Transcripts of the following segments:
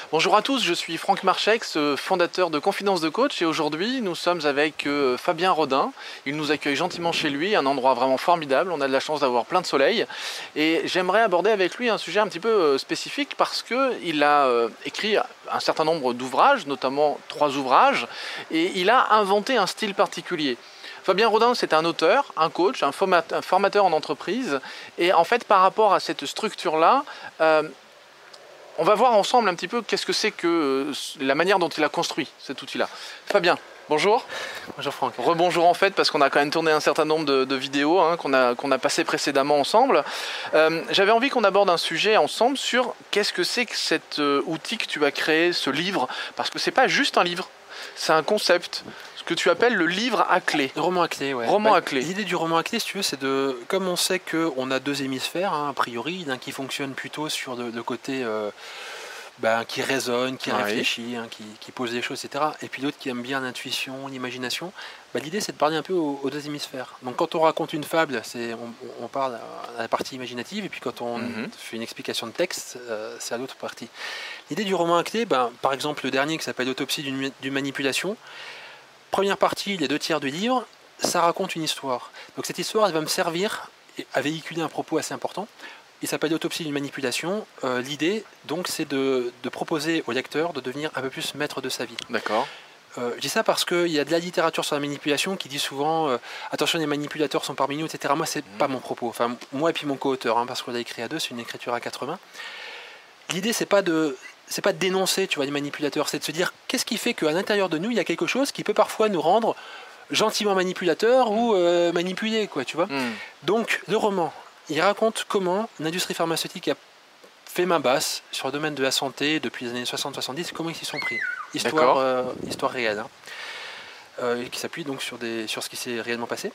Bonjour à tous, je suis Franck Marchex, fondateur de Confidence de Coach et aujourd'hui nous sommes avec Fabien Rodin. Il nous accueille gentiment chez lui, un endroit vraiment formidable, on a de la chance d'avoir plein de soleil et j'aimerais aborder avec lui un sujet un petit peu spécifique parce qu'il a écrit un certain nombre d'ouvrages, notamment 3 ouvrages, et il a inventé un style particulier. Fabien Rodin, c'est un auteur, un coach, un formateur en entreprise et en fait par rapport à cette structure-là, on va voir ensemble un petit peu qu'est-ce que c'est que la manière dont il a construit cet outil-là. Fabien, bonjour. Bonjour Franck. Rebonjour en fait parce qu'on a quand même tourné un certain nombre de vidéos qu'on a passées précédemment ensemble. J'avais envie qu'on aborde un sujet ensemble sur qu'est-ce que c'est que cet outil que tu as créé, ce livre, parce que c'est pas juste un livre, c'est un concept. Que tu appelles le livre à clé. Le roman à clé, ouais. Roman à clé. L'idée du roman à clé, si tu veux, c'est de... Comme on sait qu'on a 2 hémisphères, a priori, l'un qui fonctionne plutôt sur le côté qui raisonne, qui réfléchit, qui pose des choses, etc. Et puis l'autre qui aime bien l'intuition, l'imagination. L'idée, c'est de parler un peu aux 2 hémisphères. Donc quand on raconte une fable, on parle à la partie imaginative, et puis quand on fait une explication de texte, c'est à l'autre partie. L'idée du roman à clé, par exemple, le dernier qui s'appelle Autopsie d'une manipulation, première partie, les 2 tiers du livre, ça raconte une histoire. Donc cette histoire, elle va me servir à véhiculer un propos assez important. Il s'appelle Autopsie d'une manipulation. L'idée, donc, c'est de proposer au lecteur de devenir un peu plus maître de sa vie. D'accord. Je dis ça parce qu'il y a de la littérature sur la manipulation qui dit souvent attention, les manipulateurs sont parmi nous, etc. Moi, c'est pas mon propos. Enfin, moi et puis mon co-auteur, parce qu'on l'a écrit à 2, c'est une écriture à 4 mains. L'idée, c'est pas de dénoncer, tu vois, les manipulateurs, c'est de se dire qu'est-ce qui fait qu'à l'intérieur de nous, il y a quelque chose qui peut parfois nous rendre gentiment manipulateurs ou manipulés, quoi, tu vois. Donc, le roman, il raconte comment l'industrie pharmaceutique a fait main basse sur le domaine de la santé depuis les années 60-70, comment ils s'y sont pris. Histoire réelle, qui s'appuie donc sur ce qui s'est réellement passé.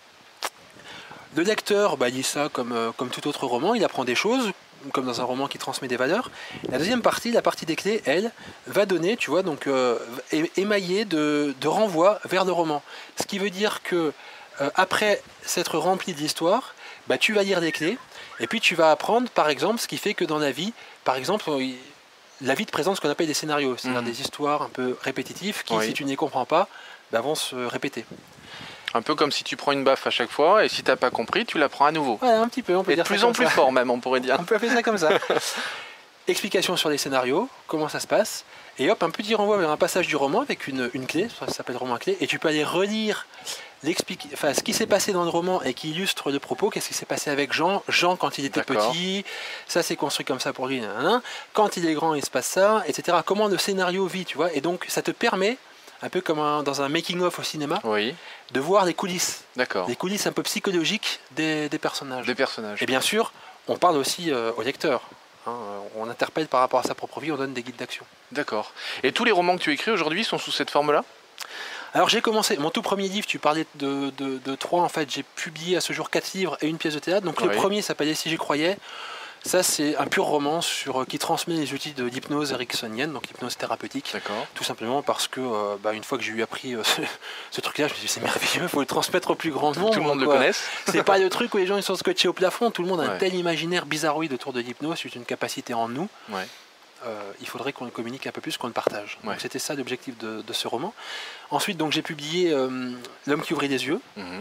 Le lecteur, il lit ça comme tout autre roman, il apprend des choses, comme dans un roman qui transmet des valeurs. La deuxième partie, la partie des clés, elle, va donner, tu vois, donc émaillée de renvois vers le roman. Ce qui veut dire que après s'être rempli de l'histoire, tu vas lire des clés, et puis tu vas apprendre, par exemple, ce qui fait que dans la vie, par exemple, la vie te présente ce qu'on appelle des scénarios, c'est-à-dire des histoires un peu répétitives qui, si tu ne les comprends pas, vont se répéter. Un peu comme si tu prends une baffe à chaque fois et si tu n'as pas compris, tu la prends à nouveau. Ouais, un petit peu, on peut dire ça. Et de plus en plus fort même, on pourrait dire. On peut appeler ça comme ça. Explication sur les scénarios, comment ça se passe, et hop, un petit renvoi vers un passage du roman avec une clé, ça s'appelle roman à clé, et tu peux aller relire ce qui s'est passé dans le roman et qui illustre le propos, qu'est-ce qui s'est passé avec Jean quand il était petit, ça s'est construit comme ça pour lui, quand il est grand il se passe ça, etc. Comment le scénario vit, tu vois, et donc ça te permet, un peu comme dans un making-of au cinéma, de voir les coulisses. D'accord. Les coulisses un peu psychologiques des personnages. Des personnages. Et bien sûr, on parle aussi au lecteur. On interpelle par rapport à sa propre vie, on donne des guides d'action. D'accord. Et tous les romans que tu écris aujourd'hui sont sous cette forme-là ? Alors j'ai commencé, mon tout premier livre, tu parlais de 3, en fait, j'ai publié à ce jour 4 livres et une pièce de théâtre. Donc le premier s'appelle Et si j'y croyais. Ça, c'est un pur roman qui transmet les outils de l'hypnose ericksonienne, donc l'hypnose thérapeutique. D'accord. Tout simplement parce que, une fois que j'ai eu appris ce truc-là, je me suis dit, c'est merveilleux, il faut le transmettre au plus grand nombre. Tout le monde le connaisse. C'est pas le truc où les gens ils sont scotchés au plafond, tout le monde a un tel imaginaire bizarroïde autour de l'hypnose, c'est une capacité en nous. Il faudrait qu'on le communique un peu plus, qu'on le partage. Donc c'était ça l'objectif de ce roman. Ensuite, donc, j'ai publié L'homme qui ouvrit les yeux.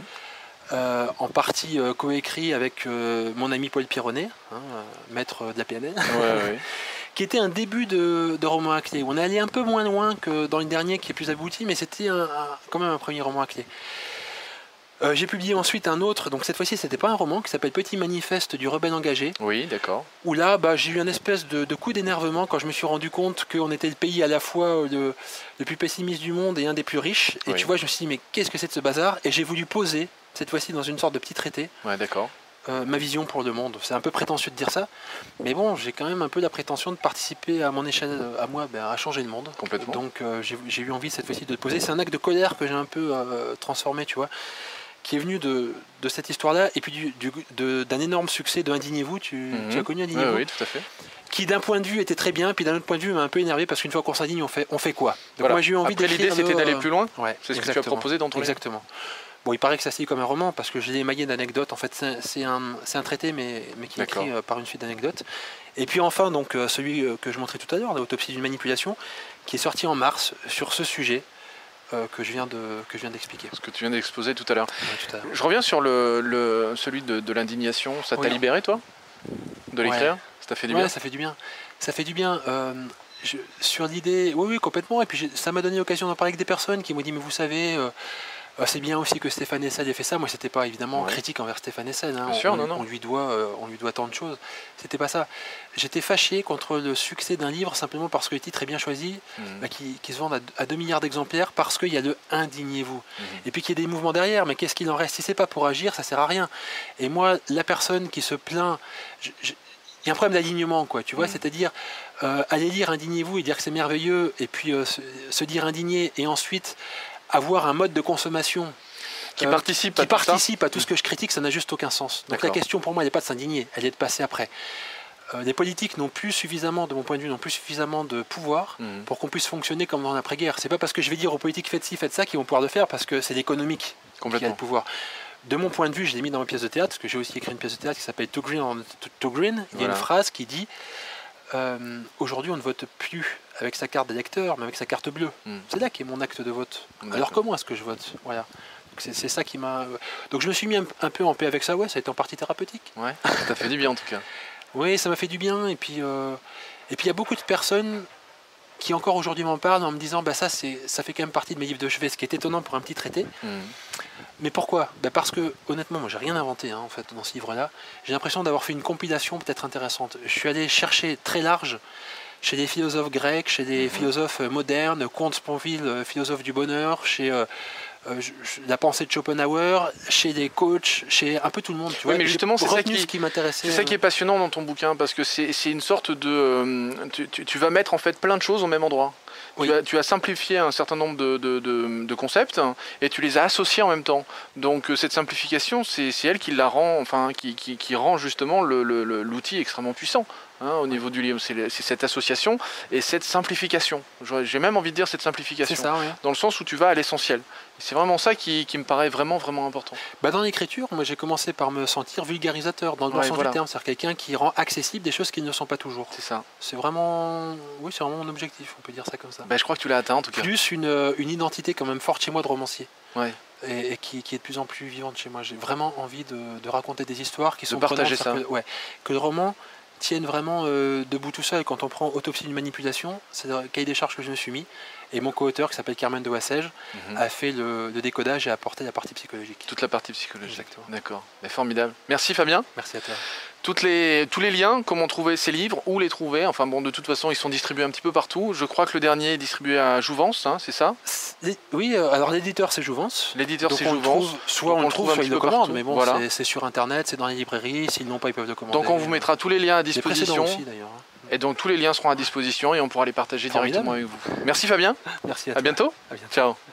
En partie coécrit avec mon ami Paul Pironnet, maître de la PNL, qui était un début de roman à clé. On est allé un peu moins loin que dans le dernier qui est plus abouti, mais c'était quand même un premier roman à clé. J'ai publié ensuite un autre, donc cette fois-ci c'était pas un roman, qui s'appelle Petit manifeste du rebelle engagé. Oui, d'accord. Où là, j'ai eu un espèce de coup d'énervement quand je me suis rendu compte qu'on était le pays à la fois le plus pessimiste du monde et un des plus riches. Et tu vois, je me suis dit, mais qu'est-ce que c'est de ce bazar ? Et j'ai voulu poser, cette fois-ci dans une sorte de petit traité, d'accord. Ma vision pour le monde. C'est un peu prétentieux de dire ça, mais bon, j'ai quand même un peu la prétention de participer à mon échelle, à moi, à changer le monde. Complètement. Donc j'ai eu envie cette fois-ci de le poser. C'est un acte de colère que j'ai un peu transformé, tu vois, qui est venu de cette histoire-là, et puis d'un énorme succès de Indignez-vous. Tu as connu Indignez-vous ? Oui, tout à fait. Qui d'un point de vue était très bien, puis d'un autre point de vue m'a un peu énervé parce qu'une fois qu'on s'indigne, on fait quoi ? Donc voilà. moi j'ai eu envie Après l'idée c'était d'aller plus loin. Ouais, c'est ce que tu as proposé dans ton livre. Exactement. Bon, il paraît que ça se lit comme un roman parce que je l'ai émaillé d'anecdotes. En fait, c'est un traité, mais qui est écrit par une suite d'anecdotes. Et puis enfin, donc, celui que je montrais tout à l'heure, l'autopsie d'une manipulation, qui est sorti en mars sur ce sujet que je viens d'expliquer. Ce que tu viens d'exposer tout à l'heure. Ouais, tout à l'heure. Je reviens sur celui de l'indignation. Ça t'a libéré, toi, de l'écrire? Ça t'a fait du bien? Ouais, ça fait du bien. Ça fait du bien. Sur l'idée, oui, complètement. Et puis ça m'a donné l'occasion d'en parler avec des personnes qui m'ont dit, mais vous savez, c'est bien aussi que Stéphane Hessel ait fait ça. Moi, c'était pas évidemment critique envers Stéphane Hessel. Hein. On lui doit tant de choses. C'était pas ça. J'étais fâché contre le succès d'un livre simplement parce que le titre est bien choisi, qui se vend à 2 milliards d'exemplaires parce qu'il y a le indignez-vous. Et puis qu'il y a des mouvements derrière, mais qu'est-ce qu'il en reste? Si c'est pas pour agir, ça sert à rien. Et moi, la personne qui se plaint, il y a un problème d'alignement, quoi, tu vois, c'est-à-dire aller lire indignez-vous et dire que c'est merveilleux, et puis se dire indigné, et ensuite avoir un mode de consommation qui participe à tout ce que je critique, ça n'a juste aucun sens. Donc la question pour moi, elle n'est pas de s'indigner, elle est de passer après. Les politiques n'ont plus suffisamment, de mon point de vue, n'ont plus suffisamment de pouvoir pour qu'on puisse fonctionner comme dans l'après-guerre. C'est pas parce que je vais dire aux politiques faites ci, faites ça qu'ils vont pouvoir le faire, parce que c'est l'économique qui a le pouvoir. De mon point de vue, je l'ai mis dans ma pièce de théâtre, parce que j'ai aussi écrit une pièce de théâtre qui s'appelle Too Green on Too Green. Il y a une phrase qui dit aujourd'hui, on ne vote plus avec sa carte d'électeur, mais avec sa carte bleue. C'est là qu'est mon acte de vote. Alors comment est-ce que je vote? Voilà. C'est ça qui m'a... Donc je me suis mis un peu en paix avec ça, ouais, ça a été en partie thérapeutique. Ouais, ça t'a fait du bien en tout cas. Oui, ça m'a fait du bien, et puis il y a beaucoup de personnes qui encore aujourd'hui m'en parlent en me disant ça fait quand même partie de mes livres de chevet, ce qui est étonnant pour un petit traité. Mais pourquoi? Parce que honnêtement, moi j'ai rien inventé en fait dans ce livre-là. J'ai l'impression d'avoir fait une compilation peut-être intéressante. Je suis allé chercher très large chez des philosophes grecs, chez des philosophes modernes, Comte Sponville, philosophe du bonheur, chez la pensée de Schopenhauer, chez des coachs, chez un peu tout le monde. Tu vois, mais justement, c'est ça qui m'intéressait. C'est ça qui est passionnant dans ton bouquin, parce que c'est une sorte de... tu vas mettre en fait plein de choses au même endroit. Oui. Tu as simplifié un certain nombre de concepts et tu les as associés en même temps. Donc cette simplification, c'est elle qui la rend, enfin, qui rend justement l'outil extrêmement puissant. Au niveau du livre, c'est cette association et cette simplification. J'ai même envie de dire cette simplification, ça, oui. Dans le sens où tu vas à l'essentiel. C'est vraiment ça qui me paraît vraiment important. Dans l'écriture, moi j'ai commencé par me sentir vulgarisateur, dans le bon sens du terme, c'est-à-dire quelqu'un qui rend accessible des choses qui ne le sont pas toujours. C'est ça. C'est vraiment mon objectif, on peut dire ça comme ça. Je crois que tu l'as atteint en tout cas. Plus une identité quand même forte chez moi de romancier. Ouais. Et qui est de plus en plus vivante chez moi. J'ai vraiment envie de raconter des histoires qui sont partager ça. Que le roman tiennent vraiment debout tout seul. Quand on prend Autopsie d'une manipulation, c'est le cahier des charges que je me suis mis, et mon co-auteur qui s'appelle Carmen de Wassège a fait le décodage et a apporté la partie psychologique. Toute la partie psychologique. Exactement. D'accord. Formidable. Merci Fabien. Merci à toi. Tous les liens, comment trouver ces livres, où les trouver, enfin bon, de toute façon ils sont distribués un petit peu partout. Je crois que le dernier est distribué à Jouvence, c'est ça? Oui, alors l'éditeur c'est Jouvence. L'éditeur c'est Jouvence. Soit on le trouve, soit il le commande, mais bon, voilà. C'est sur internet, c'est dans les librairies, s'ils n'ont pas ils peuvent le commander. Donc on vous mettra tous les liens à disposition. Aussi, d'ailleurs. Et donc tous les liens seront à disposition et on pourra les partager directement avec vous. Merci Fabien. Merci à toi. À bientôt. À bientôt. Ciao.